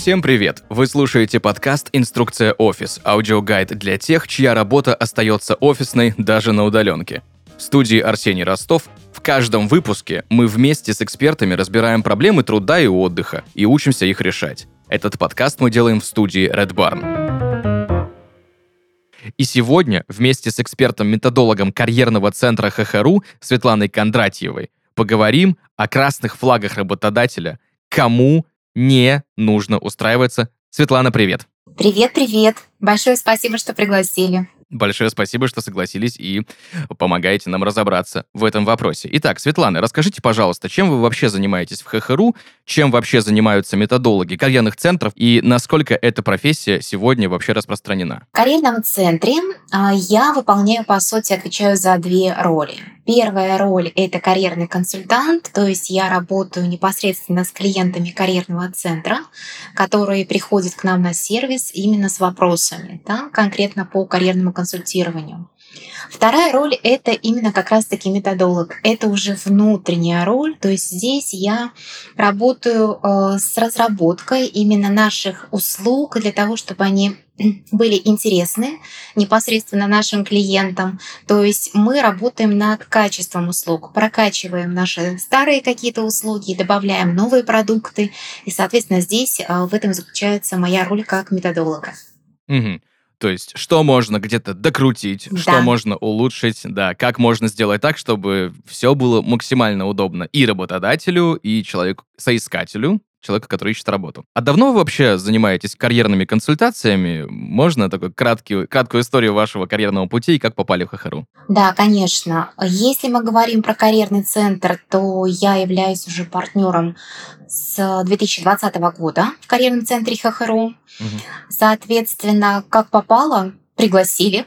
Всем привет! Вы слушаете подкаст «Инструкция Офис», аудиогайд для тех, чья работа остается офисной даже на удаленке. В студии Арсений Ростов. В каждом выпуске мы вместе с экспертами разбираем проблемы труда и отдыха и учимся их решать. Этот подкаст мы делаем в студии Red Barn. И сегодня вместе с экспертом-методологом карьерного центра ХХРУ Светланой Кондратьевой поговорим о красных флагах работодателя, кому не нужно устраиваться. Светлана, привет. Привет. Большое спасибо, что пригласили. Большое спасибо, что согласились и помогаете нам разобраться в этом вопросе. Итак, Светлана, расскажите, пожалуйста, чем вы вообще занимаетесь в ХХРУ, чем вообще занимаются методологи карьерных центров и насколько эта профессия сегодня вообще распространена? В карьерном центре я выполняю, по сути, отвечаю за две роли. Первая роль — это карьерный консультант, то есть я работаю непосредственно с клиентами карьерного центра, которые приходят к нам на сервис именно с вопросами, да, конкретно по карьерному консультированию. Вторая роль — это именно как раз-таки методолог. Это уже внутренняя роль, то есть здесь я работаю с разработкой именно наших услуг для того, чтобы они были интересны непосредственно нашим клиентам. То есть мы работаем над качеством услуг, прокачиваем наши старые какие-то услуги, добавляем новые продукты. И, соответственно, здесь в этом заключается моя роль как методолога. Угу. То есть, что можно где-то докрутить, Да. что можно улучшить, да, как можно сделать так, чтобы все было максимально удобно и работодателю, и человеку-соискателю, человеку, который ищет работу. А давно вы вообще занимаетесь карьерными консультациями? Можно такую краткую историю вашего карьерного пути и как попали в ХХРУ? Да, конечно. Если мы говорим про карьерный центр, то я являюсь уже партнером с 2020 года в карьерном центре ХХРУ. Соответственно, как попало, пригласили.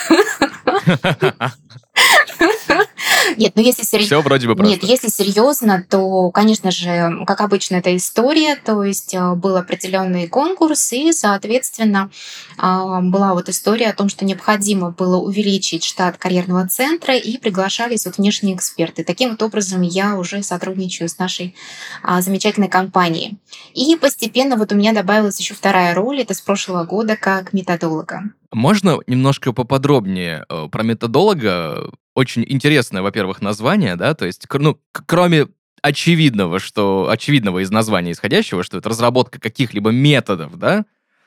Нет, если серьезно. Все вроде бы просто. Нет, если серьезно, то, конечно же, как обычно, эта история, то есть был определенный конкурс, и, соответственно, была вот история о том, что необходимо было увеличить штат карьерного центра, и приглашались вот внешние эксперты. Таким вот образом я уже сотрудничаю с нашей замечательной компанией. И постепенно вот у меня добавилась еще вторая роль, это с прошлого года как методолога. Можно немножко поподробнее про методолога? Очень интересное, во-первых, название, да, то есть, кроме очевидного из названия исходящего, что это разработка каких-либо методов, да,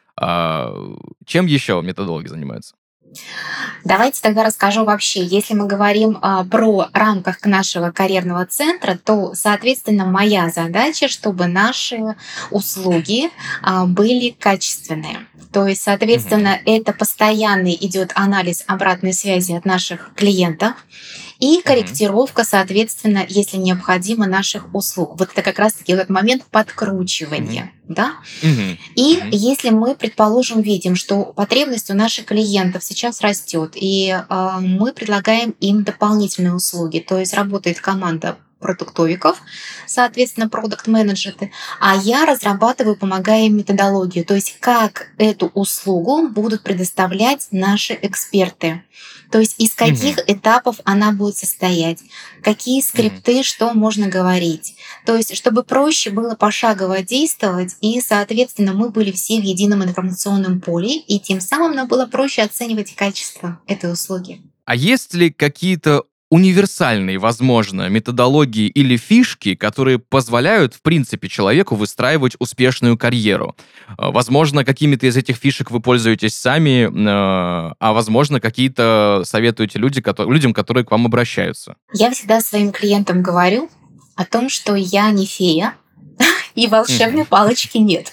чем еще методологи занимаются? Давайте тогда расскажу вообще. Если мы говорим про рамках нашего карьерного центра, то, соответственно, моя задача, чтобы наши услуги были качественные. То есть, соответственно, это постоянный идет анализ обратной связи от наших клиентов и корректировка, соответственно, если необходимо, наших услуг. Вот это как раз-таки этот момент подкручивания. Да? И если мы, предположим, видим, что потребность у наших клиентов сейчас растет, и мы предлагаем им дополнительные услуги, то есть работает команда продуктовиков, соответственно, продакт-менеджеры, а я разрабатываю, помогаю им методологию, то есть как эту услугу будут предоставлять наши эксперты. То есть из каких этапов она будет состоять, какие скрипты, что можно говорить. То есть чтобы проще было пошагово действовать, и, соответственно, мы были все в едином информационном поле, и тем самым нам было проще оценивать качество этой услуги. А есть ли какие-то универсальные, возможно, методологии или фишки, которые позволяют, в принципе, человеку выстраивать успешную карьеру? Возможно, какими-то из этих фишек вы пользуетесь сами, а возможно, какие-то советуете людям, которые к вам обращаются. Я всегда своим клиентам говорю о том, что я не фея, и волшебной палочки нет.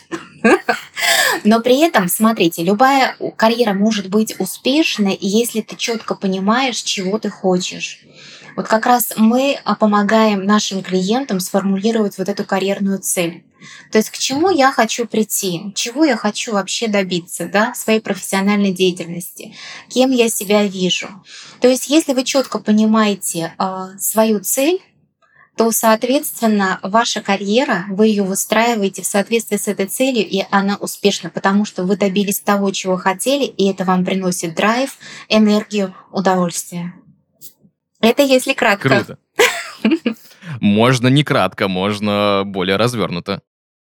Но при этом, смотрите, любая карьера может быть успешной, если ты четко понимаешь, чего ты хочешь. Вот как раз мы помогаем нашим клиентам сформулировать вот эту карьерную цель. То есть к чему я хочу прийти, чего я хочу вообще добиться, да, своей профессиональной деятельности, кем я себя вижу. То есть если вы четко понимаете свою цель, то, соответственно, ваша карьера, вы ее выстраиваете в соответствии с этой целью, и она успешна, потому что вы добились того, чего хотели, и это вам приносит драйв, энергию, удовольствие. Это если кратко. Круто. Можно не кратко, можно более развернуто.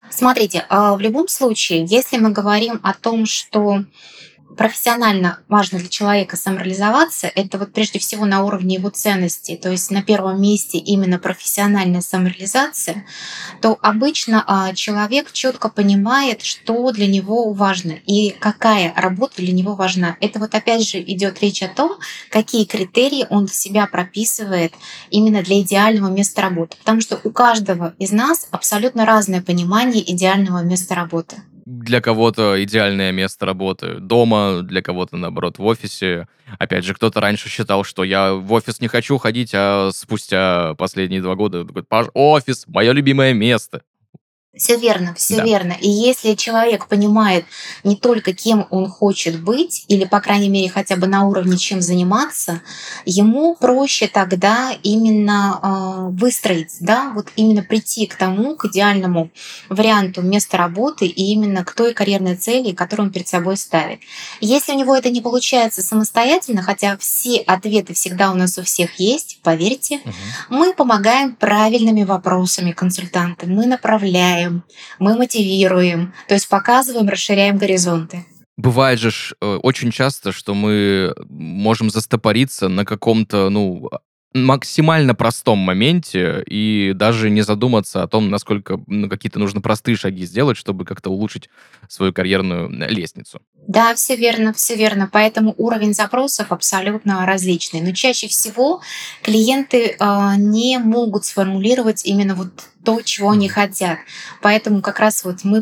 Смотрите, в любом случае, если мы говорим о том, что профессионально важно для человека самореализоваться, это вот прежде всего на уровне его ценностей, то есть на первом месте именно профессиональная самореализация, то обычно человек четко понимает, что для него важно и какая работа для него важна. Это вот опять же идет речь о том, какие критерии он для себя прописывает именно для идеального места работы. Потому что у каждого из нас абсолютно разное понимание идеального места работы. Для кого-то идеальное место работы дома, для кого-то, наоборот, в офисе. Опять же, кто-то раньше считал, что я в офис не хочу ходить, а спустя последние 2 года такой: Офис — мое любимое место». Все верно, все Да. верно. И если человек понимает не только кем он хочет быть, или, по крайней мере, хотя бы на уровне чем заниматься, ему проще тогда именно выстроить, да, вот именно прийти к тому, к идеальному варианту места работы и именно к той карьерной цели, которую он перед собой ставит. Если у него это не получается самостоятельно, хотя все ответы всегда у нас у всех есть, поверьте, Мгм. мы помогаем правильными вопросами консультанты, мы направляем, мы мотивируем, то есть показываем, расширяем горизонты. Бывает же очень часто, что мы можем застопориться на каком-то, ну, максимально простом моменте и даже не задуматься о том, насколько, ну, какие-то нужно простые шаги сделать, чтобы как-то улучшить свою карьерную лестницу. Да, все верно, все верно. Поэтому уровень запросов абсолютно различный. Но чаще всего клиенты не могут сформулировать именно вот то, чего они Мгм. хотят. Поэтому как раз вот мы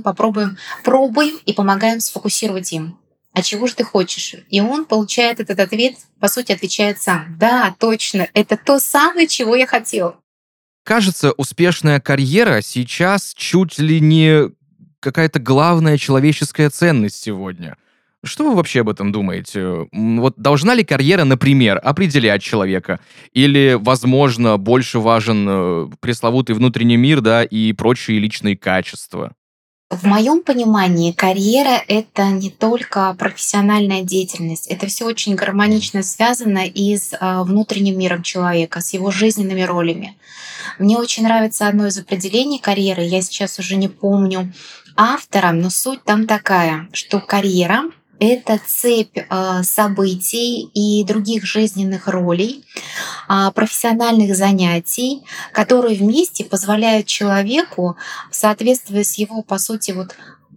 пробуем и помогаем сфокусировать им. А чего же ты хочешь? И он получает этот ответ, по сути, отвечает сам. Да, точно, это то самое, чего я хотел. Кажется, успешная карьера сейчас чуть ли не какая-то главная человеческая ценность сегодня. Что вы вообще об этом думаете? Вот должна ли карьера, например, определять человека? Или, возможно, больше важен пресловутый внутренний мир, да, и прочие личные качества? В моем понимании карьера — это не только профессиональная деятельность, это все очень Мгм. гармонично связано и с внутренним миром человека, с его жизненными ролями. Мне очень нравится одно из определений карьеры, я сейчас уже не помню автора, но суть там такая, что карьера — это цепь событий и других жизненных ролей, профессиональных занятий, которые вместе позволяют человеку в соответствии с его, по сути, вот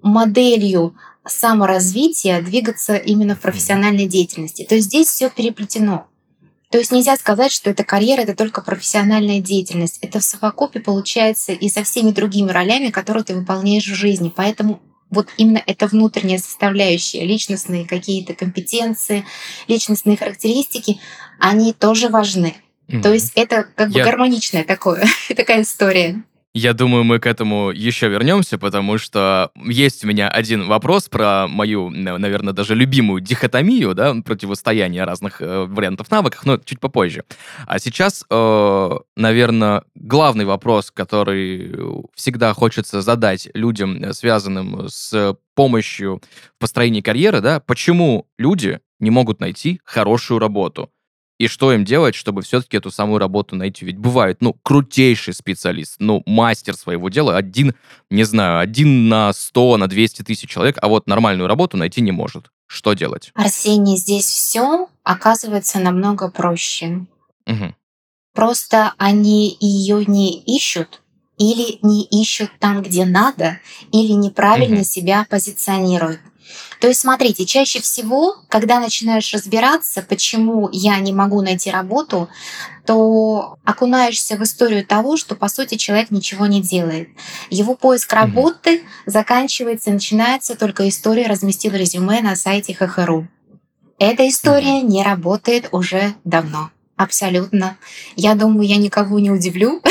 моделью саморазвития двигаться именно в Мгм. профессиональной деятельности. То есть здесь все переплетено. То есть нельзя сказать, что эта карьера — это только профессиональная деятельность. Это в совокупе получается и со всеми другими ролями, которые ты выполняешь в жизни. Поэтому вот именно эта внутренняя составляющая, личностные какие-то компетенции, личностные характеристики, они тоже важны. То Мгм. есть это как бы Я гармоничная такое, такая история. Я думаю, мы к этому еще вернемся, потому что есть у меня один вопрос про мою, наверное, даже любимую дихотомию, да, противостояние разных вариантов навыков, но чуть попозже. А сейчас, наверное, главный вопрос, который всегда хочется задать людям, связанным с помощью в построении карьеры, да, почему люди не могут найти хорошую работу? И что им делать, чтобы все-таки эту самую работу найти? Ведь бывает, ну, крутейший специалист, ну, мастер своего дела, один, не знаю, 1 на 100, на 200 тысяч человек, а вот нормальную работу найти не может. Что делать? Арсений, здесь все оказывается намного проще. Мгм. Просто они ее не ищут или не ищут там, где надо, или неправильно Мгм. себя позиционируют. То есть, смотрите, чаще всего, когда начинаешь разбираться, почему я не могу найти работу, то окунаешься в историю того, что, по сути, человек ничего не делает. Его поиск Мгм. работы заканчивается, начинается только история «разместил резюме на сайте ХХРУ». Эта Мгм. история не работает уже давно. Абсолютно. Я думаю, я никого не удивлю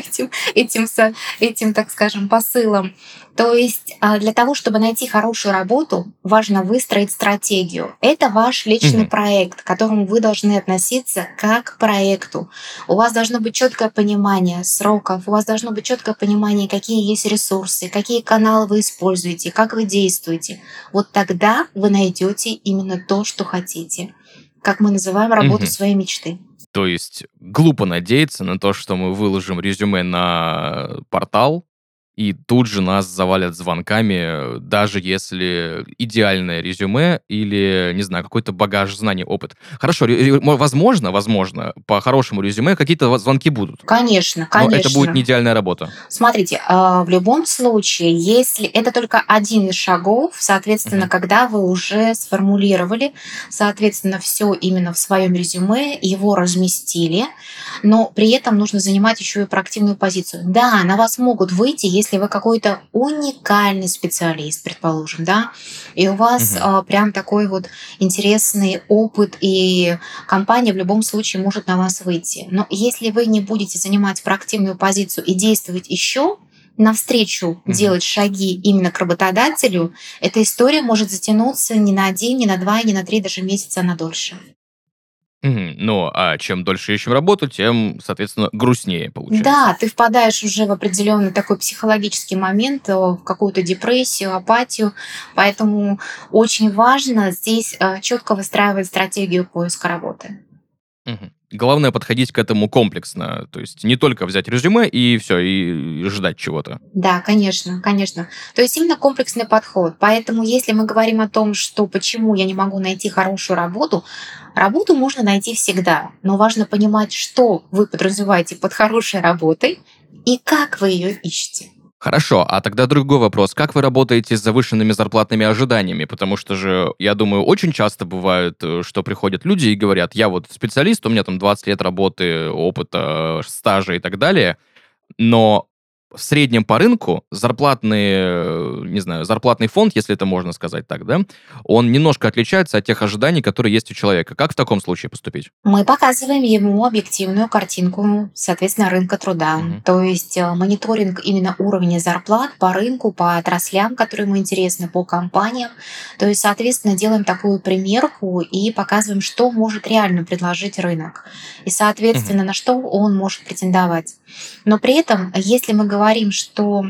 этим, так скажем, посылом. То есть для того, чтобы найти хорошую работу, важно выстроить стратегию. Это ваш личный Мгм. проект, к которому вы должны относиться как к проекту. У вас должно быть четкое понимание сроков, у вас должно быть четкое понимание, какие есть ресурсы, какие каналы вы используете, как вы действуете. Вот тогда вы найдете именно то, что хотите. Как мы называем работу Мгм. своей мечты. То есть глупо надеяться на то, что мы выложим резюме на портал, и тут же нас завалят звонками, даже если идеальное резюме или, не знаю, какой-то багаж знаний, опыт. Хорошо, возможно, по хорошему резюме какие-то звонки будут, Конечно, но это будет не конечно. идеальная работа. Смотрите, в любом случае, если это только один из шагов, соответственно, Мгм. когда вы уже сформулировали, соответственно, все именно в своем резюме, его разместили, но при этом нужно занимать еще и проактивную позицию. Да, на вас могут выйти, если вы какой-то уникальный специалист, предположим, да, и у вас Мгм. прям такой вот интересный опыт, и компания в любом случае может на вас выйти. Но если вы не будете занимать проактивную позицию и действовать еще навстречу Мгм. делать шаги именно к работодателю, эта история может затянуться не на один, не на два, не на три даже месяца, а на дольше. Мгм. Ну, а чем дольше ищем работу, тем, соответственно, грустнее получается. Да, ты впадаешь уже в определенный такой психологический момент, в какую-то депрессию, апатию, поэтому очень важно здесь четко выстраивать стратегию поиска работы. Мгм. Главное подходить к этому комплексно, то есть не только взять резюме и все, и ждать чего-то. Да, конечно, конечно. То есть именно комплексный подход. Поэтому если мы говорим о том, что почему я не могу найти хорошую работу, работу можно найти всегда, но важно понимать, что вы подразумеваете под хорошей работой и как вы ее ищете. Хорошо, а тогда другой вопрос. Как вы работаете с завышенными зарплатными ожиданиями? Потому что же, я думаю, очень часто бывает, что приходят люди и говорят, я вот специалист, у меня там 20 лет работы, опыта, стажа и так далее, но в среднем по рынку не знаю, зарплатный фонд, если это можно сказать так, да, он немножко отличается от тех ожиданий, которые есть у человека. Как в таком случае поступить? Мы показываем ему объективную картинку, соответственно, рынка труда. Мгм. То есть мониторинг именно уровня зарплат по рынку, по отраслям, которые ему интересны, по компаниям. То есть, соответственно, делаем такую примерку и показываем, что может реально предложить рынок. И, Мгм. соответственно, на что он может претендовать. Но при этом, если мы говорим, что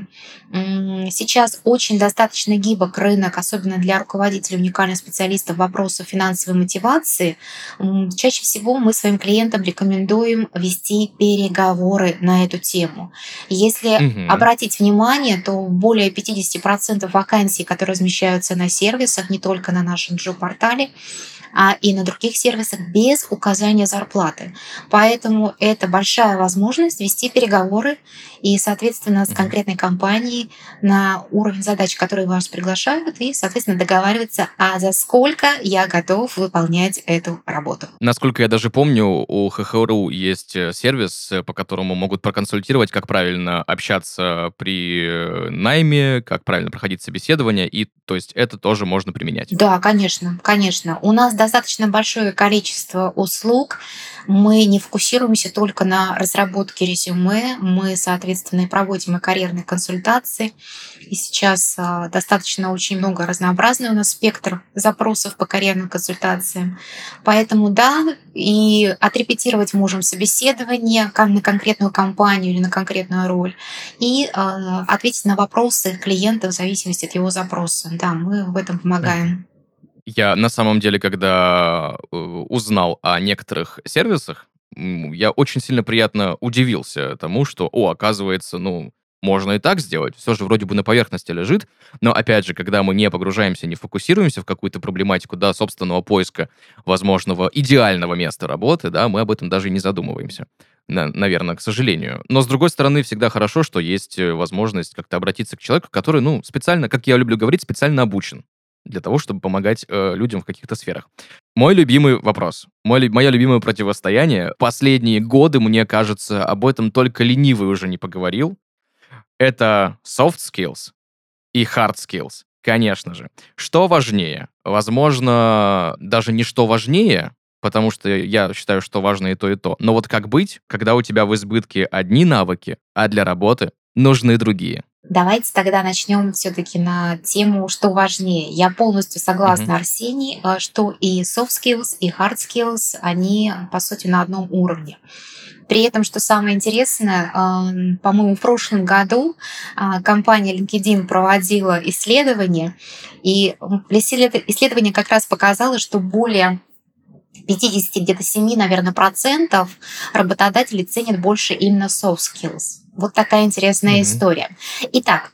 сейчас очень достаточно гибок рынок, особенно для руководителей уникальных специалистов вопросов финансовой мотивации, чаще всего мы своим клиентам рекомендуем вести переговоры на эту тему. Если Мгм. обратить внимание, то более 50% вакансий, которые размещаются на сервисах, не только на нашем Джоб-портале, и на других сервисах без указания зарплаты. Поэтому это большая возможность вести переговоры и, соответственно, с Мгм. конкретной компанией на уровень задач, которые вас приглашают, и, соответственно, договариваться, а за сколько я готов выполнять эту работу. Насколько я даже помню, у ХХРУ есть сервис, по которому могут проконсультировать, как правильно общаться при найме, как правильно проходить собеседование, и то есть это тоже можно применять. Да, конечно, конечно. У нас достаточно большое количество услуг. Мы не фокусируемся только на разработке резюме. Мы, соответственно, и проводим и карьерные консультации. И сейчас достаточно очень много разнообразный у нас спектр запросов по карьерным консультациям. Поэтому да, и отрепетировать можем собеседование на конкретную компанию или на конкретную роль и ответить на вопросы клиента в зависимости от его запроса. Да, мы в этом Мгм. помогаем. Я на самом деле, когда узнал о некоторых сервисах, я очень сильно приятно удивился тому, что, оказывается, ну, можно и так сделать. Все же вроде бы на поверхности лежит. Но опять же, когда мы не погружаемся, не фокусируемся в какую-то проблематику, да, собственного поиска возможного идеального места работы, да, мы об этом даже и не задумываемся. Наверное, к сожалению. Но, с другой стороны, всегда хорошо, что есть возможность как-то обратиться к человеку, который, ну, специально, как я люблю говорить, специально обучен для того, чтобы помогать людям в каких-то сферах. Мой любимый вопрос, мое любимое противостояние. Последние годы, мне кажется, об этом только ленивый уже не поговорил. Это soft skills и hard skills. Конечно же. Что важнее? Возможно, даже не что важнее, потому что я считаю, что важно и то, и то. Но вот как быть, когда у тебя в избытке одни навыки, а для работы нужны другие? Давайте тогда начнем все-таки на тему, что важнее. Я полностью Мгм. согласна, Арсений, что и soft skills, и hard skills, они, по сути, на одном уровне. При этом, что самое интересное, по-моему, в прошлом году компания LinkedIn проводила исследование, и исследование как раз показало, что более 50, где-то 7, наверное, процентов работодателей ценят больше именно soft skills. Вот такая интересная Мгм. история. Итак,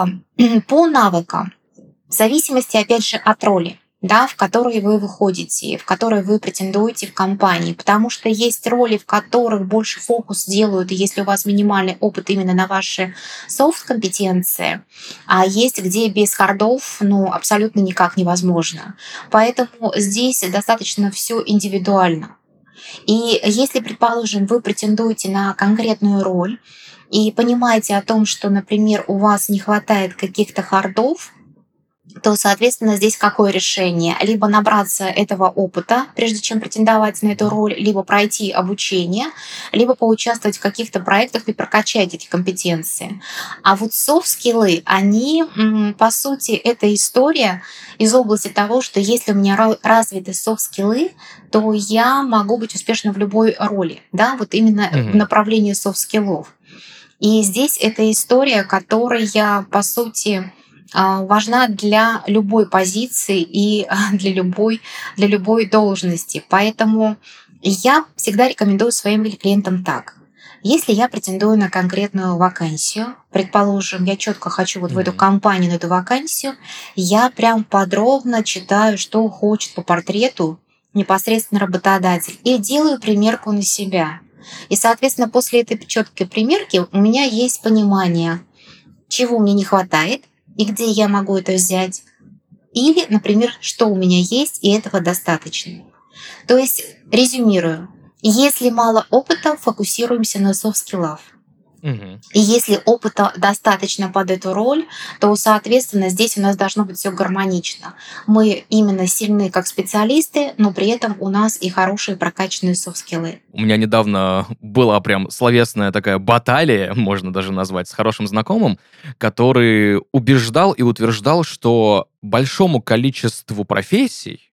по навыкам, в зависимости, опять же, от роли, да, в которой вы выходите, в которой вы претендуете в компании, потому что есть роли, в которых больше фокус делают, и если у вас минимальный опыт именно на ваши софт-компетенции, а есть, где без хардов, ну, абсолютно никак невозможно. Поэтому здесь достаточно все индивидуально. И если, предположим, вы претендуете на конкретную роль и понимаете о том, что, например, у вас не хватает каких-то хардов, то, соответственно, здесь какое решение? Либо набраться этого опыта, прежде чем претендовать на эту роль, либо пройти обучение, либо поучаствовать в каких-то проектах и прокачать эти компетенции. А вот софт-скиллы, они, по сути, это история из области того, что если у меня развиты софт-скиллы, то я могу быть успешна в любой роли, да, вот именно в Мгм. направлении софт-скиллов. И здесь эта история, которая, по сути, важна для любой позиции и для любой должности. Поэтому я всегда рекомендую своим клиентам так. Если я претендую на конкретную вакансию, предположим, я четко хочу вот в эту Мгм. компанию, на эту вакансию, я прям подробно читаю, что хочет по портрету непосредственно работодатель, и делаю примерку на себя. И, соответственно, после этой четкой примерки у меня есть понимание, чего мне не хватает и где я могу это взять. Или, например, что у меня есть, и этого достаточно. То есть, резюмирую. Если мало опыта, фокусируемся на софт-скиллах. Мгм. И если опыта достаточно под эту роль, то, соответственно, здесь у нас должно быть все гармонично. Мы именно сильны как специалисты, но при этом у нас и хорошие прокачанные софт-скиллы. У меня недавно была прям словесная такая баталия, можно даже назвать, с хорошим знакомым, который убеждал и утверждал, что большому количеству профессий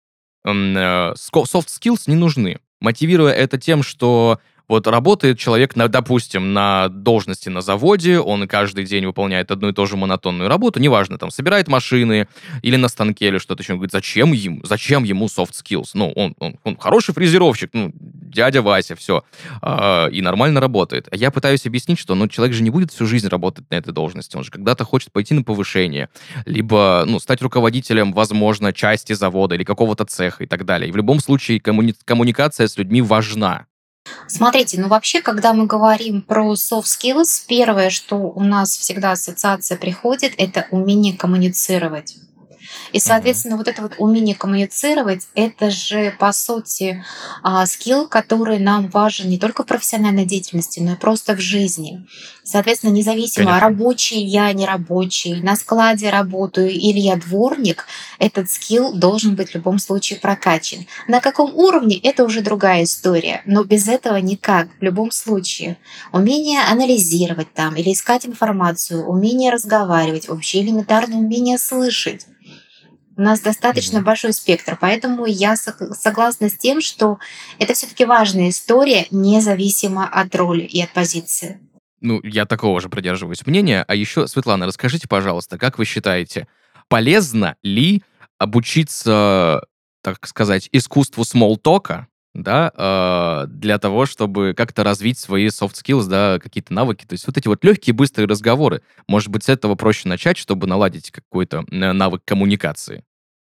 soft skills не нужны, мотивируя это тем, что вот работает человек, допустим, на должности на заводе, он каждый день выполняет одну и ту же монотонную работу, неважно, там, собирает машины или на станке, или что-то еще. Он говорит, зачем ему soft skills? Ну, он хороший фрезеровщик, ну, дядя Вася, все, и нормально работает. А я пытаюсь объяснить, что, ну, человек же не будет всю жизнь работать на этой должности, он же когда-то хочет пойти на повышение, либо, ну, стать руководителем, возможно, части завода или какого-то цеха и так далее. И в любом случае коммуникация с людьми важна. Смотрите, ну вообще, когда мы говорим про soft skills, первое, что у нас всегда ассоциация приходит, это умение коммуницировать. И, Мгм. соответственно, вот это вот умение коммуницировать, это же, по сути, скилл, который нам важен не только в профессиональной деятельности, но и просто в жизни. Соответственно, независимо, Конечно. рабочий я, не рабочий, на складе работаю или я дворник, этот скилл должен быть в любом случае прокачан. На каком уровне — это уже другая история, но без этого никак, в любом случае. Умение анализировать там или искать информацию, умение разговаривать, вообще элементарное умение слышать. У нас достаточно Мгм. большой спектр, поэтому я согласна с тем, что это все-таки важная история, независимо от роли и от позиции. Ну, я такого же придерживаюсь мнения. А еще, Светлана, расскажите, пожалуйста, как вы считаете, полезно ли обучиться, так сказать, искусству смолтока, да, для того, чтобы как-то развить свои soft skills, да, какие-то навыки, то есть вот эти вот легкие, быстрые разговоры. Может быть, с этого проще начать, чтобы наладить какой-то навык коммуникации?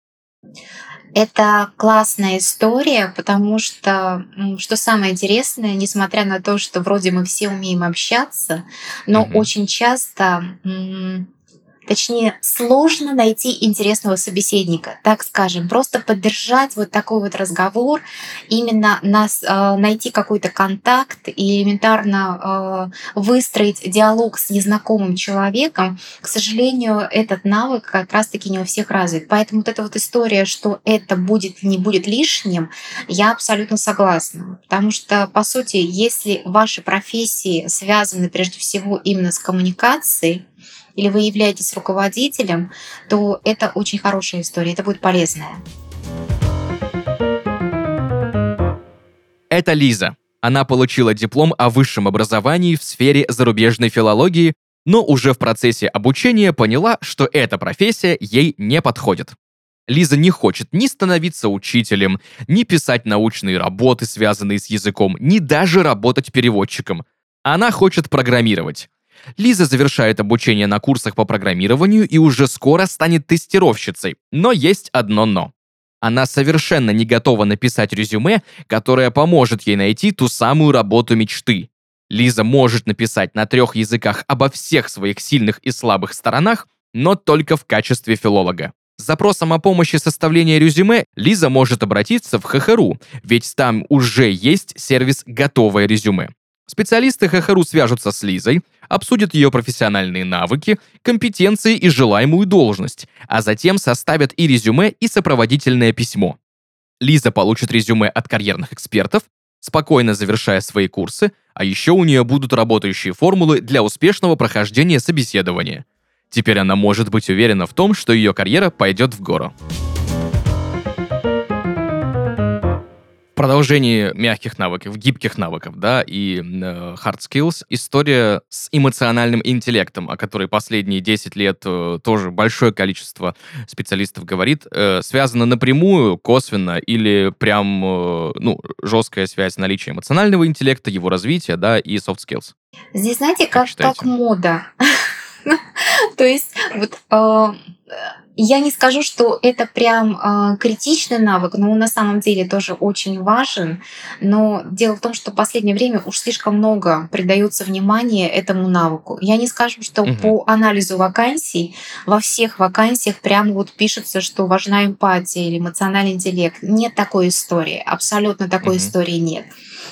Это классная история, потому что, что самое интересное, несмотря на то, что вроде мы все умеем общаться, но Мгм. очень часто точнее, сложно найти интересного собеседника, так скажем. Просто поддержать вот такой вот разговор, именно найти какой-то контакт и элементарно выстроить диалог с незнакомым человеком, к сожалению, этот навык как раз-таки не у всех развит. Поэтому вот эта вот история, что это будет не будет лишним, я абсолютно согласна. Потому что, по сути, если ваши профессии связаны прежде всего именно с коммуникацией, или вы являетесь руководителем, то это очень хорошая история, это будет полезная. Это Лиза. Она получила диплом о высшем образовании в сфере зарубежной филологии, но уже в процессе обучения поняла, что эта профессия ей не подходит. Лиза не хочет ни становиться учителем, ни писать научные работы, связанные с языком, ни даже работать переводчиком. Она хочет программировать. Лиза завершает обучение на курсах по программированию и уже скоро станет тестировщицей. Но есть одно «но». Она совершенно не готова написать резюме, которое поможет ей найти ту самую работу мечты. Лиза может написать на 3 языках обо всех своих сильных и слабых сторонах, но только в качестве филолога. С запросом о помощи составления резюме Лиза может обратиться в ХХРУ, ведь там уже есть сервис «Готовое резюме». Специалисты ХХРУ свяжутся с Лизой, обсудят ее профессиональные навыки, компетенции и желаемую должность, а затем составят и резюме, и сопроводительное письмо. Лиза получит резюме от карьерных экспертов, спокойно завершая свои курсы, а еще у нее будут работающие формулы для успешного прохождения собеседования. Теперь она может быть уверена в том, что ее карьера пойдет в гору. В продолжении мягких навыков, гибких навыков, да, и hard skills, история с эмоциональным интеллектом, о которой последние 10 лет тоже большое количество специалистов говорит, связана напрямую, косвенно или прям, жесткая связь наличия эмоционального интеллекта, его развития, да, и soft skills. Здесь, знаете, Как как считаете? мода. То есть вот я не скажу, что это прям критичный навык, но он на самом деле тоже очень важен. Но дело в том, что в последнее время уж слишком много придается внимания этому навыку. Я не скажу, что Мгм. по анализу вакансий во всех вакансиях прям вот пишется, что важна эмпатия или эмоциональный интеллект. Нет такой истории, абсолютно такой Мгм. истории нет.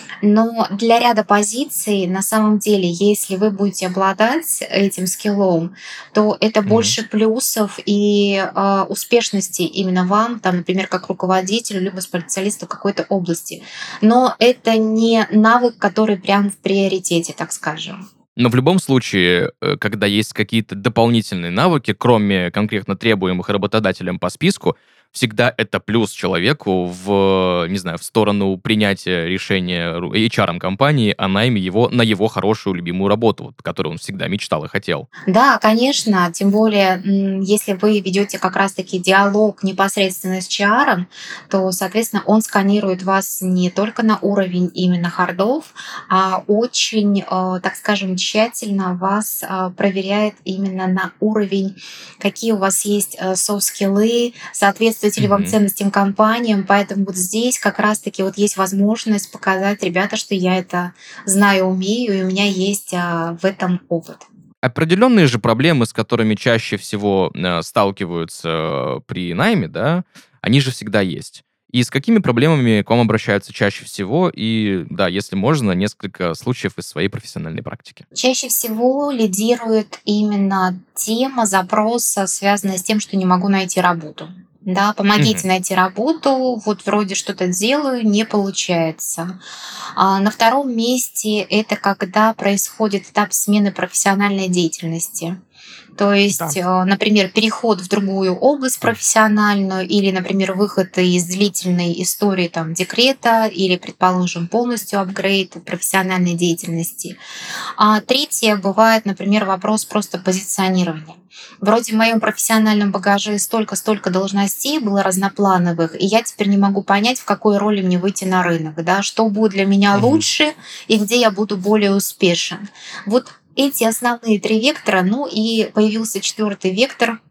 Но для ряда позиций, на самом деле, если вы будете обладать этим скиллом, то это Мгм. больше плюсов и успешности именно вам, там, например, как руководителю, либо специалисту какой-то области. Но это не навык, который прям в приоритете, так скажем. Но в любом случае, когда есть какие-то дополнительные навыки, кроме конкретно требуемых работодателем по списку, всегда это плюс человеку не знаю, в сторону принятия решения HR компании о найме его на его хорошую любимую работу, вот, которую он всегда мечтал и хотел. Да, конечно, тем более, если вы ведете как раз-таки диалог непосредственно с HR, то, соответственно, он сканирует вас не только на уровень именно хардов, а очень, так скажем, тщательно вас проверяет именно на уровень, какие у вас есть софт-скиллы, соответствуете ли вам Мгм. ценностям компаниям. Поэтому вот здесь как раз-таки вот есть возможность показать, ребята, что я это знаю, умею, и у меня есть в этом опыт. Определенные же проблемы, с которыми чаще всего сталкиваются при найме, да, они же всегда есть. И с какими проблемами к вам обращаются чаще всего? И, да, если можно, несколько случаев из своей профессиональной практики. Чаще всего лидирует именно тема запроса, связанная с тем, что не могу найти работу. Да, Мгм. помогите найти работу, вот вроде что-то делаю, не получается. На втором месте это когда происходит этап смены профессиональной деятельности. То есть, Так. например, переход в другую область профессиональную или, например, выход из длительной истории там, декрета или, предположим, полностью апгрейд профессиональной деятельности. А третье бывает, например, вопрос просто позиционирования. Вроде в моем профессиональном багаже столько должностей было разноплановых, и я теперь не могу понять, в какой роли мне выйти на рынок, да, что будет для меня Мгм. лучше и где я буду более успешен. Вот эти основные три вектора, ну и появился четвертый вектор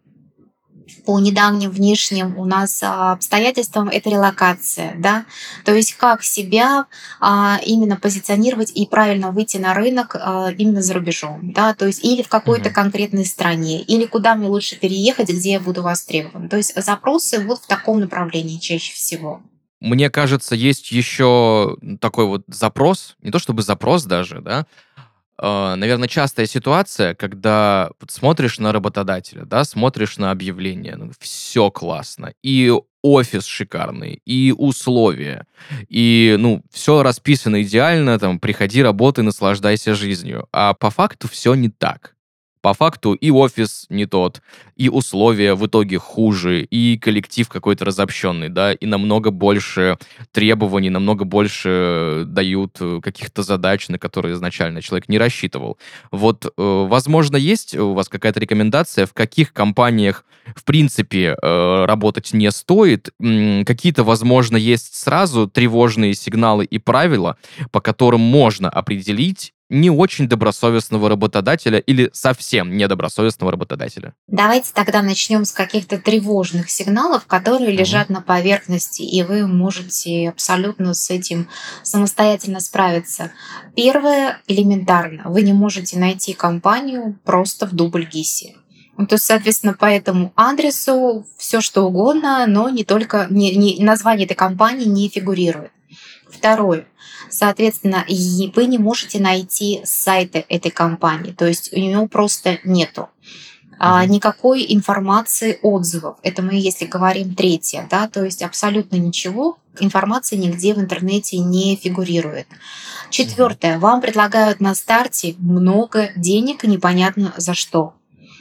по недавним внешним у нас обстоятельствам, это релокация, да, то есть как себя именно позиционировать и правильно выйти на рынок именно за рубежом, да, то есть или в какой-то Мгм. конкретной стране, или куда мне лучше переехать, где я буду востребован. То есть запросы вот в таком направлении чаще всего. Мне кажется, есть еще такой вот запрос, не то чтобы запрос даже, да, наверное, частая ситуация, когда вот смотришь на работодателя, да, смотришь на объявление, ну, все классно, и офис шикарный, и условия, и, ну, все расписано идеально, там, приходи, работай, наслаждайся жизнью. А по факту все не так. По факту и офис не тот, и условия в итоге хуже, и коллектив какой-то разобщенный, да, и намного больше требований, намного больше дают каких-то задач, на которые изначально человек не рассчитывал. Вот, возможно, есть у вас какая-то рекомендация, в каких компаниях, в принципе, работать не стоит? Какие-то, возможно, есть сразу тревожные сигналы и правила, по которым можно определить, не очень добросовестного работодателя или совсем недобросовестного работодателя? Давайте тогда начнем с каких-то тревожных сигналов, которые Мгм. лежат на поверхности, и вы можете абсолютно с этим самостоятельно справиться. Первое, элементарно, вы не можете найти компанию просто в Дубль-Гисе. Ну, то есть, соответственно, по этому адресу все что угодно, но не только название этой компании не фигурирует. Второе. Соответственно, вы не можете найти сайты этой компании, то есть у нее просто нету Мгм. никакой информации, отзывов. Это мы, если говорим третье, да, то есть абсолютно ничего, информации нигде в интернете не фигурирует. Мгм. Четвертое. Вам предлагают на старте много денег, и непонятно за что.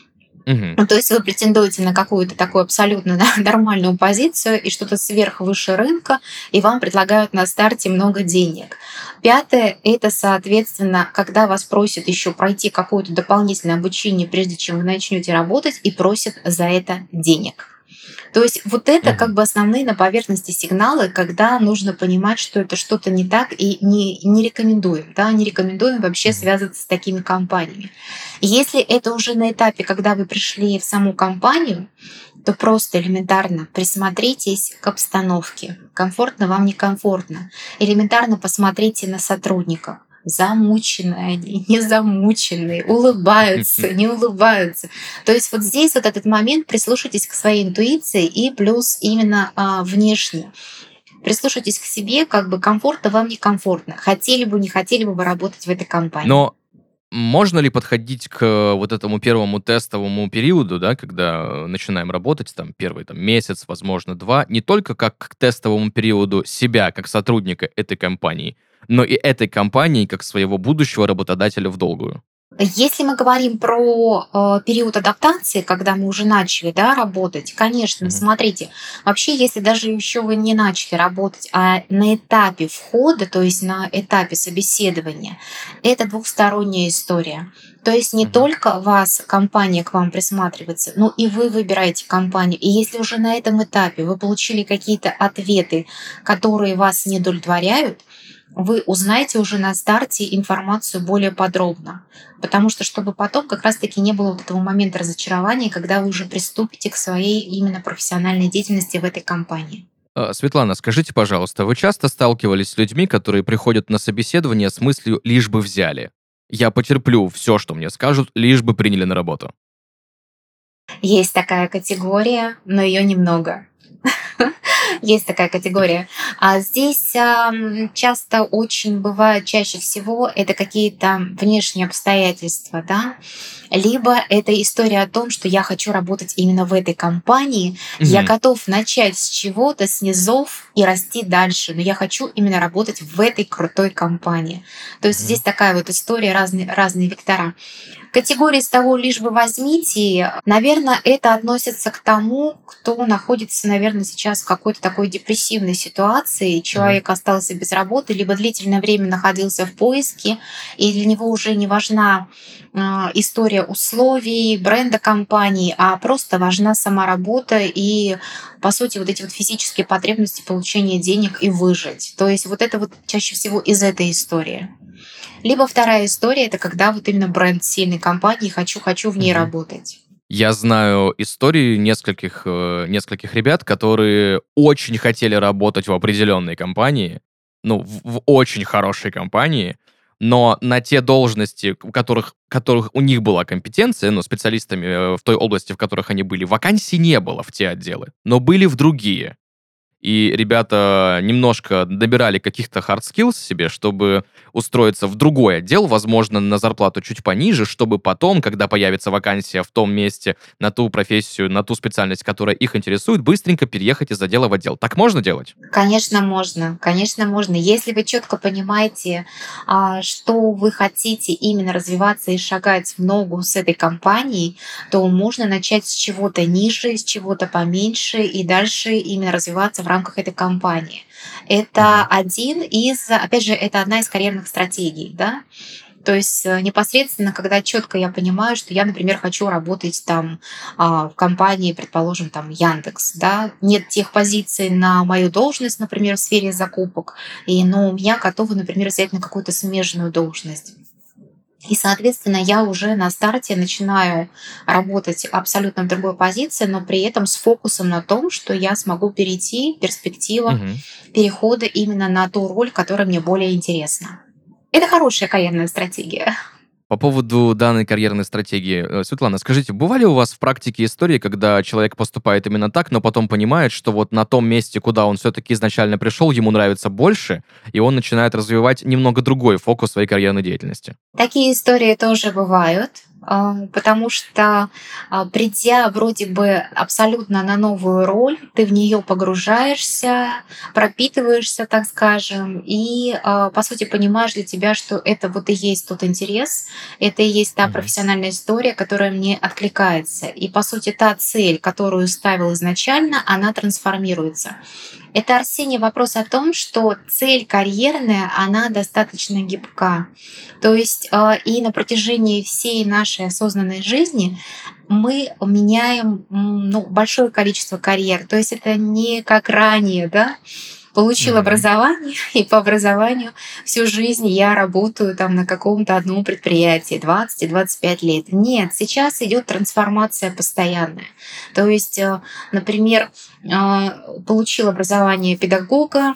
Мгм. Ну, то есть вы претендуете на какую-то такую абсолютно нормальную позицию и что-то сверх выше рынка, и вам предлагают на старте много денег. Пятое– это, соответственно, когда вас просят еще пройти какое-то дополнительное обучение, прежде чем вы начнете работать, и просят за это денег. То есть вот это как Мгм. бы основные на поверхности сигналы, когда нужно понимать, что это что-то не так, и не рекомендуем, да, не рекомендуем вообще Мгм. связываться с такими компаниями. Если это уже на этапе, когда вы пришли в саму компанию, то просто элементарно присмотритесь к обстановке. Комфортно вам, некомфортно. Элементарно посмотрите на сотрудников. Замученные они, не замученные, улыбаются, не улыбаются. То есть вот здесь вот этот момент прислушайтесь к своей интуиции и плюс именно внешне. Прислушайтесь к себе, как бы комфортно вам, некомфортно. Хотели бы, не хотели бы вы работать в этой компании. Но можно ли подходить к вот этому первому тестовому периоду, да, когда начинаем работать, там, первый там, месяц, возможно, 2, не только как к тестовому периоду себя, как сотрудника этой компании, но и этой компании, как своего будущего работодателя в долгую? Если мы говорим про период адаптации, когда мы уже начали, да, работать, конечно, Мгм. смотрите, вообще, если даже еще вы не начали работать, а на этапе входа, то есть на этапе собеседования, это двухсторонняя история. То есть не Мгм. только вас, компания к вам присматривается, но и вы выбираете компанию. И если уже на этом этапе вы получили какие-то ответы, которые вас не удовлетворяют, вы узнаете уже на старте информацию более подробно. Потому что, чтобы потом как раз-таки не было вот этого момента разочарования, когда вы уже приступите к своей именно профессиональной деятельности в этой компании. Светлана, скажите, пожалуйста, вы часто сталкивались с людьми, которые приходят на собеседование с мыслью «лишь бы взяли»? Я потерплю все, что мне скажут, лишь бы приняли на работу. Есть такая категория, но ее немного. Есть такая категория. А здесь часто очень бывает, чаще всего это какие-то внешние обстоятельства, да, либо это история о том, что я хочу работать именно в этой компании, я Мгм. готов начать с чего-то, с низов и расти дальше, но я хочу именно работать в этой крутой компании. То есть здесь Мгм. такая вот история, разные вектора. Категории с того «лишь бы возьмите», наверное, это относится к тому, кто находится, наверное, сейчас в какой-то такой депрессивной ситуации. Мгм. Человек остался без работы, либо длительное время находился в поиске, и для него уже не важна история условий, бренда компании, а просто важна сама работа и, по сути, вот эти вот физические потребности получения денег и выжить. То есть вот это вот чаще всего из этой истории. Либо вторая история- это когда вот именно бренд сильной компании, хочу в ней Мгм. работать. Я знаю истории нескольких ребят, которые очень хотели работать в определенной компании, ну, в очень хорошей компании, но на те должности, у которых у них была компетенция, ну, специалистами в той области, в которых они были, вакансий не было в те отделы, но были в другие. И ребята немножко набирали каких-то hard skills себе, чтобы устроиться в другой отдел, возможно, на зарплату чуть пониже, чтобы потом, когда появится вакансия в том месте, на ту профессию, на ту специальность, которая их интересует, быстренько переехать из отдела в отдел. Так можно делать? Конечно, можно. Конечно, можно. Если вы четко понимаете, что вы хотите именно развиваться и шагать в ногу с этой компанией, то можно начать с чего-то ниже, с чего-то поменьше и дальше именно развиваться в рамках этой компании. Это Мгм. один из, опять же, это одна из карьерных стратегий, да. То есть непосредственно, когда четко я понимаю, что я, например, хочу работать там в компании, предположим, там Яндекс, да, нет тех позиций на мою должность, например, в сфере закупок, но у меня готовы, например, взять на какую-то смежную должность. И, соответственно, я уже на старте начинаю работать абсолютно в другой позиции, но при этом с фокусом на том, что я смогу перейти, перспектива Мгм. перехода именно на ту роль, которая мне более интересна. Это хорошая карьерная стратегия. По поводу данной карьерной стратегии, Светлана, скажите, бывали у вас в практике истории, когда человек поступает именно так, но потом понимает, что вот на том месте, куда он все-таки изначально пришел, ему нравится больше, и он начинает развивать немного другой фокус своей карьерной деятельности? Такие истории тоже бывают, потому что, придя вроде бы абсолютно на новую роль, ты в нее погружаешься, пропитываешься, так скажем, и, по сути, понимаешь для тебя, что это вот и есть тот интерес, это и есть та Мгм. профессиональная история, которая мне откликается. И, по сути, та цель, которую ставил изначально, она трансформируется. Это, Арсений, вопрос о том, что цель карьерная, она достаточно гибка. То есть и на протяжении всей нашей осознанной жизни мы меняем большое количество карьер. То есть это не как ранее, да, получил Мгм. образование, и по образованию всю жизнь я работаю там на каком-то одном предприятии 20 и 25 лет. Нет, сейчас идет трансформация постоянная. То есть, например, получил образование педагога,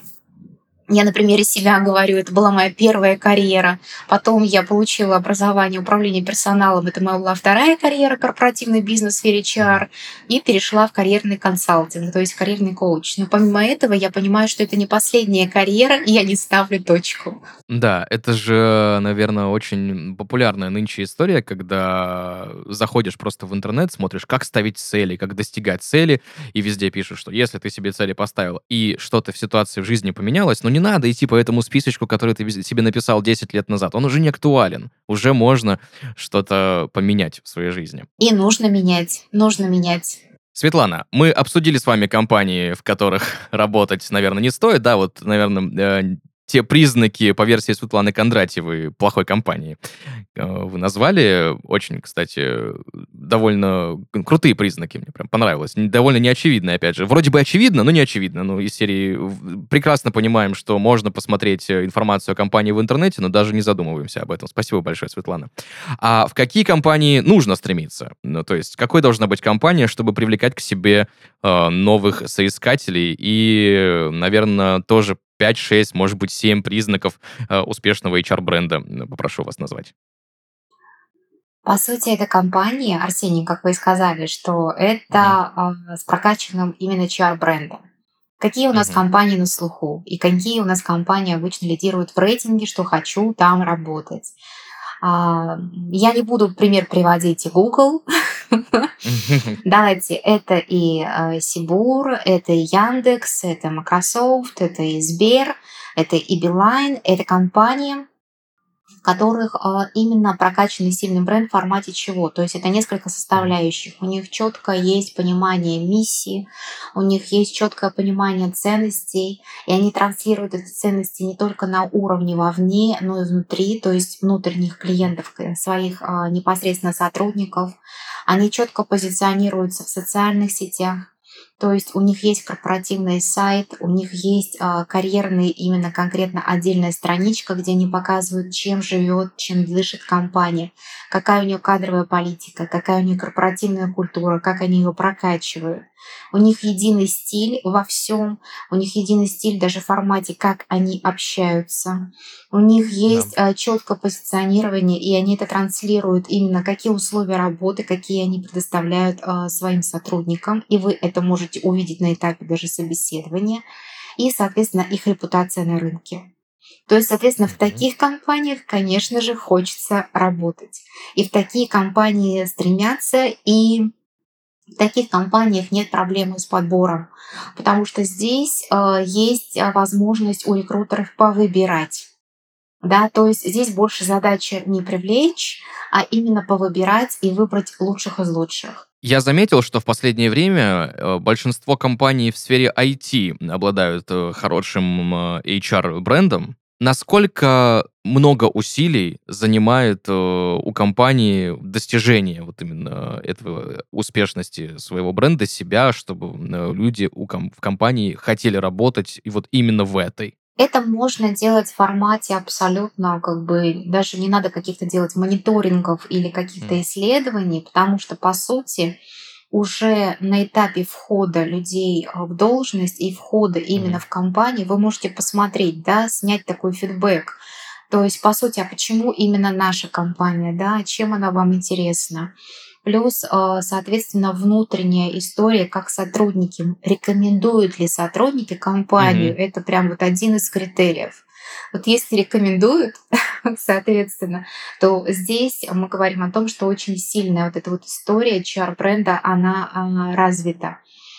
я на примере себя говорю, это была моя первая карьера. Потом я получила образование управления персоналом. Это моя была вторая карьера, корпоративный бизнес в сфере Мгм. HR. И перешла в карьерный консалтинг, то есть карьерный коуч. Но помимо этого я понимаю, что это не последняя карьера, и я не ставлю точку. Да, это же, наверное, очень популярная нынче история, когда заходишь просто в интернет, смотришь, как ставить цели, как достигать цели, и везде пишут, что если ты себе цели поставил, и что-то в ситуации в жизни поменялось, ну не надо идти по этому списочку, который ты себе написал 10 лет назад. Он уже не актуален. Уже можно что-то поменять в своей жизни. И нужно менять, нужно менять. Светлана, мы обсудили с вами компании, в которых работать, наверное, не стоит, да, вот, наверное, те признаки, по версии Светланы Кондратьевой, плохой компании. Вы назвали очень, кстати, довольно крутые признаки, мне прям понравилось. Довольно неочевидные, опять же. Вроде бы очевидно, но не очевидно. Ну, из серии прекрасно понимаем, что можно посмотреть информацию о компании в интернете, но даже не задумываемся об этом. Спасибо большое, Светлана. А в какие компании нужно стремиться? Ну, то есть, какой должна быть компания, чтобы привлекать к себе новых соискателей и, наверное, тоже 5, 6, может быть, 7 признаков успешного HR-бренда попрошу вас назвать. По сути, это компания, Арсений, как вы и сказали, что Мгм. это с прокачанным именно HR-брендом. Какие у нас Мгм. компании на слуху и какие у нас компании обычно лидируют в рейтинге, что хочу там работать. Я не буду пример приводить и Google. Давайте, это и Сибур, это и Яндекс, это Microsoft, это и Сбер, это и Билайн, это компании, в которых именно прокачанный сильный бренд в формате чего. То есть это несколько Мгм. составляющих. У них четко есть понимание миссии, у них есть четкое понимание ценностей, и они транслируют эти ценности не только на уровне вовне, но и внутри, то есть внутренних клиентов, своих непосредственно сотрудников. Они четко позиционируются в социальных сетях, то есть у них есть корпоративный сайт, у них есть карьерный, именно конкретно отдельная страничка, где они показывают, чем живет, чем дышит компания, какая у нее кадровая политика, какая у нее корпоративная культура, как они ее прокачивают. У них единый стиль во всем, у них единый стиль даже в формате, как они общаются. У них Да. есть четкое позиционирование, и они это транслируют именно какие условия работы, какие они предоставляют своим сотрудникам, и вы это можете увидеть на этапе даже собеседования, и, соответственно, их репутация на рынке. То есть, соответственно, в Мгм. таких компаниях, конечно же, хочется работать. И в такие компании стремятся, и в таких компаниях нет проблемы с подбором, потому что здесь есть возможность у рекрутеров повыбирать. Да, то есть здесь больше задача не привлечь, а именно повыбирать и выбрать лучших из лучших. Я заметил, что в последнее время большинство компаний в сфере IT обладают хорошим HR-брендом. Насколько много усилий занимает у компании достижение вот именно этого успешности своего бренда, себя, чтобы люди в компании хотели работать и вот именно в этой? Это можно делать в формате абсолютно, как бы даже не надо каких-то делать мониторингов или каких-то М, исследований, потому что, по сути, уже на этапе входа людей в должность и входа именно мгм, в компанию вы можете посмотреть, да, снять такой фидбэк. То есть, по сути, а почему именно наша компания, да, чем она вам интересна? Плюс, соответственно, внутренняя история, как сотрудники, рекомендуют ли сотрудники компанию, мгм. это прям вот один из критериев. Вот если рекомендуют, соответственно, то здесь мы говорим о том, что очень сильная вот эта вот история HR-бренда, она развита.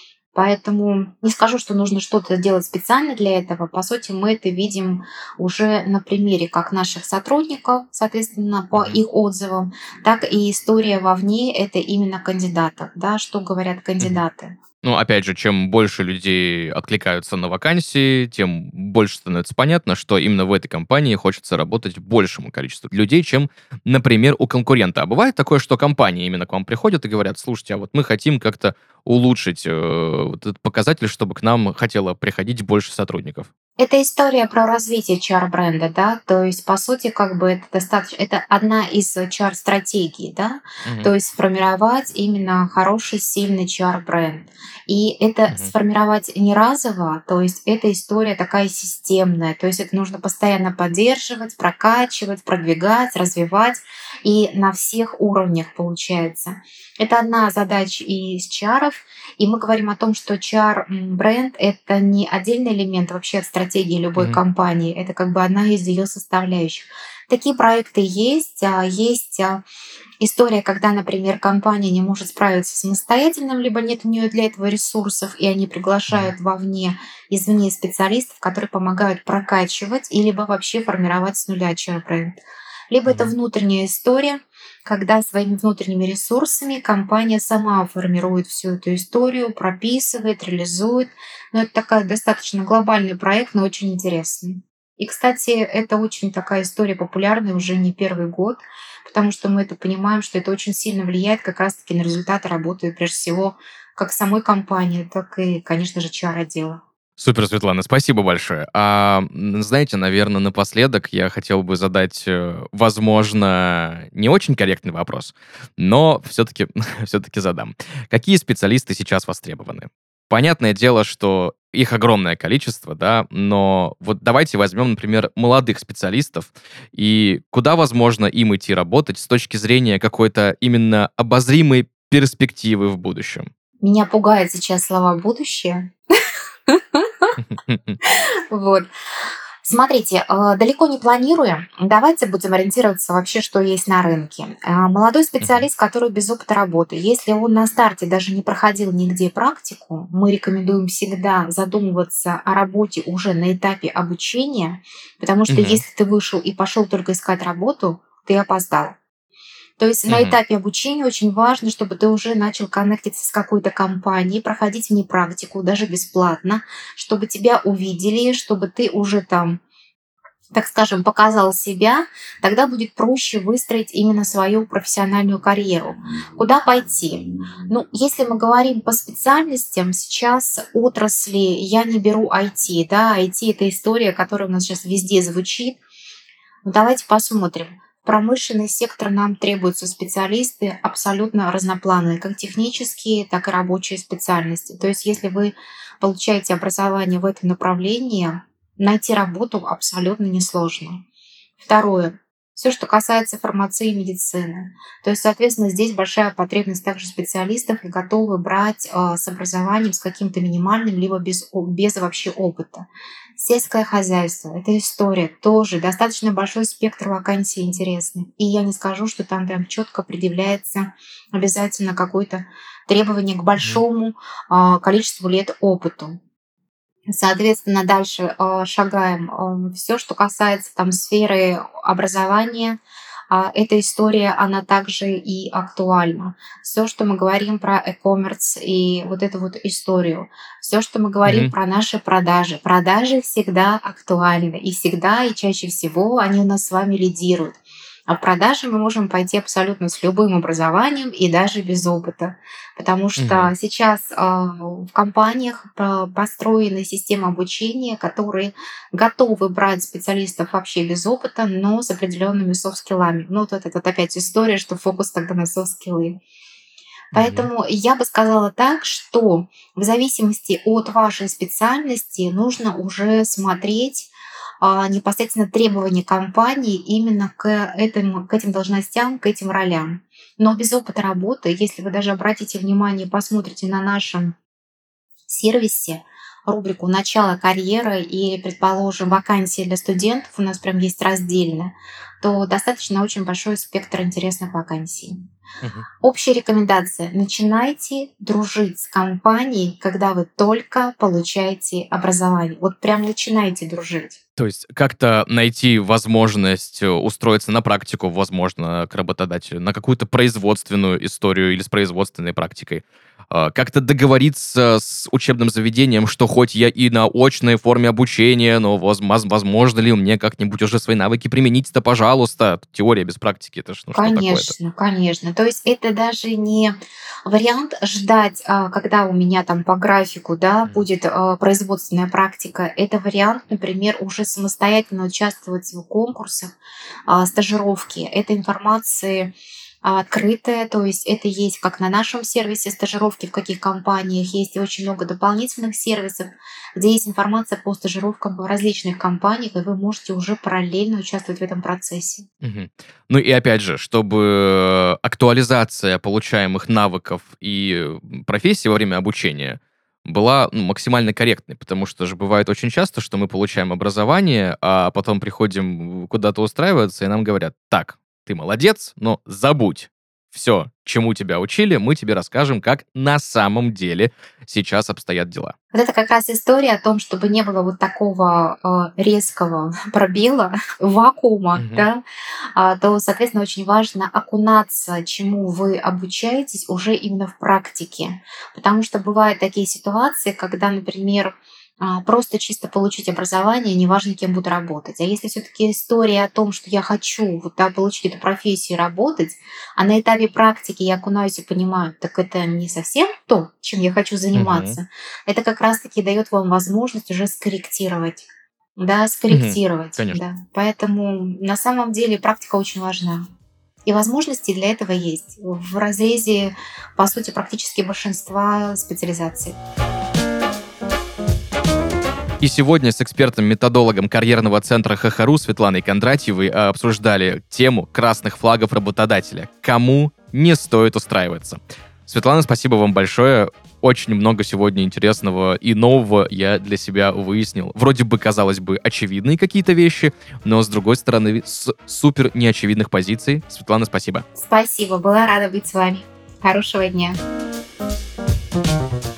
Поэтому не скажу, что нужно что-то делать специально для этого. По сути, мы это видим уже на примере как наших сотрудников, соответственно, по Мгм. их отзывам, так и история вовне– это именно кандидатов, да, что говорят Мгм. кандидаты. Ну, опять же, чем больше людей откликаются на вакансии, тем больше становится понятно, что именно в этой компании хочется работать большему количеству людей, чем, например, у конкурента. А бывает такое, что компании именно к вам приходят и говорят: слушайте, а вот мы хотим как-то улучшить вот этот показатель, чтобы к нам хотело приходить больше сотрудников. Это история про развитие HR-бренда, да, то есть, по сути, как бы это достаточно, это одна из HR-стратегий, да, Мгм. то есть сформировать именно хороший, сильный HR-бренд. И это Мгм. сформировать не разово, то есть это история такая системная, то есть это нужно постоянно поддерживать, прокачивать, продвигать, развивать, и на всех уровнях получается. Это одна задача и из HR, и мы говорим о том, что HR-бренд– это не отдельный элемент вообще от стратегии любой Мгм. компании, это как бы одна из ее составляющих. Такие проекты есть. Есть история, когда, например, компания не может справиться самостоятельно, либо нет у нее для этого ресурсов, и они Мгм. приглашают вовне, извне специалистов, которые помогают прокачивать и либо вообще формировать с нуля HR-бренд. Либо это Мгм. внутренняя история, когда своими внутренними ресурсами компания сама формирует всю эту историю, прописывает, реализует. Но это такой достаточно глобальный проект, но очень интересный. И, кстати, это очень такая история популярная уже не первый год, потому что мы это понимаем, что это очень сильно влияет как раз-таки на результаты работы, прежде всего, как самой компании, так и, конечно же, HR-отдела. Супер, Светлана, спасибо большое. Знаете, наверное, напоследок я хотел бы задать, возможно, не очень корректный вопрос, но все-таки все-таки задам. Какие специалисты сейчас востребованы? Понятное дело, что их огромное количество, да, но вот давайте возьмем, например, молодых специалистов, и куда возможно им идти работать с точки зрения какой-то именно обозримой перспективы в будущем? Меня пугает сейчас слова «будущее». Вот. Смотрите, далеко не планируя, давайте будем ориентироваться вообще, что есть на рынке. Молодой Мгм. специалист, который без опыта работы, если он на старте даже не проходил нигде практику, мы рекомендуем всегда задумываться о работе уже на этапе обучения, потому что Мгм. если ты вышел и пошел только искать работу, ты опоздал. То есть на Мгм. этапе обучения очень важно, чтобы ты уже начал коннектиться с какой-то компанией, проходить в ней практику, даже бесплатно, чтобы тебя увидели, чтобы ты уже там, так скажем, показал себя, тогда будет проще выстроить именно свою профессиональную карьеру. Куда пойти? Ну, если мы говорим по специальностям, сейчас отрасли, я не беру IT, да, IT это история, которая у нас сейчас везде звучит, ну, давайте посмотрим. В промышленный сектор нам требуются специалисты абсолютно разноплановые, как технические, так и рабочие специальности. То есть если вы получаете образование в этом направлении, найти работу абсолютно несложно. Второе. Все, что касается фармации и медицины. То есть, соответственно, здесь большая потребность также специалистов и готовы брать с образованием, с каким-то минимальным, либо без вообще опыта. Сельское хозяйство– это история тоже. Достаточно большой спектр вакансий интересный. И я не скажу, что там прям четко предъявляется обязательно какое-то требование к Мгм. большому количеству лет опыту. Соответственно, дальше шагаем. Все, что касается там сферы образования, эта история, она также и актуальна. Все, что мы говорим про e-commerce и вот эту вот историю, все, что мы говорим Мгм. про наши продажи, продажи всегда актуальны и всегда, и чаще всего они у нас с вами лидируют. А в продажи мы можем пойти абсолютно с любым образованием и даже без опыта. Потому Мгм. что сейчас в компаниях построены системы обучения, которые готовы брать специалистов вообще без опыта, но с определенными софт-скиллами. Ну, вот это вот опять история, что фокус тогда на софт-скиллы. Мгм. Поэтому я бы сказала так, что в зависимости от вашей специальности нужно уже смотреть непосредственно требования компании именно к этим должностям, к этим ролям. Но без опыта работы, если вы даже обратите внимание, посмотрите на нашем сервисе рубрику «Начало карьеры» и, предположим, вакансии для студентов у нас прям есть раздельно, то достаточно очень большой спектр интересных вакансий. Мгм. Общая рекомендация: начинайте дружить с компанией, когда вы только получаете образование. Вот прям начинайте дружить. То есть как-то найти возможность устроиться на практику, возможно, к работодателю, на какую-то производственную историю или с производственной практикой. Как-то договориться с учебным заведением, что хоть я и на очной форме обучения, но возможно ли мне как-нибудь уже свои навыки применить-то, пожалуйста. Теория без практики, это ж, ну что такое-то? Конечно, конечно. То есть это даже не вариант ждать, когда у меня там по графику, да, Мгм. будет производственная практика. Это вариант, например, уже самостоятельно участвовать в конкурсах, стажировки. Эта информация открытая, то есть это есть как на нашем сервисе стажировки, в каких компаниях есть, и очень много дополнительных сервисов, где есть информация по стажировкам в различных компаниях, и вы можете уже параллельно участвовать в этом процессе. Мгм. Ну и опять же, чтобы актуализация получаемых навыков и профессий во время обучения была максимально корректной, потому что же бывает очень часто, что мы получаем образование, а потом приходим куда-то устраиваться, и нам говорят: так, ты молодец, но забудь. Все, чему тебя учили, мы тебе расскажем, как на самом деле сейчас обстоят дела. Вот это как раз история о том, чтобы не было вот такого резкого пробела, вакуума, Мгм. да, то, соответственно, очень важно окунаться, чему вы обучаетесь уже именно в практике. Потому что бывают такие ситуации, когда, например, просто чисто получить образование, неважно, кем буду работать. А если все-таки история о том, что я хочу вот, да, получить эту профессию и работать, а на этапе практики я окунаюсь и понимаю, так это не совсем то, чем я хочу Мгм. заниматься, это как раз-таки дает вам возможность уже скорректировать. Да, Мгм. скорректировать, Конечно. да. Поэтому на самом деле практика очень важна. И возможности для этого есть в разрезе, по сути, практически большинства специализаций. И сегодня с экспертом-методологом карьерного центра ХХРУ Светланой Кондратьевой обсуждали тему красных флагов работодателя. Кому не стоит устраиваться. Светлана, спасибо вам большое. Очень много сегодня интересного и нового я для себя выяснил. Вроде бы, казалось бы, очевидные какие-то вещи, но, с другой стороны, с супер неочевидных позиций. Светлана, спасибо. Спасибо, была рада быть с вами. Хорошего дня.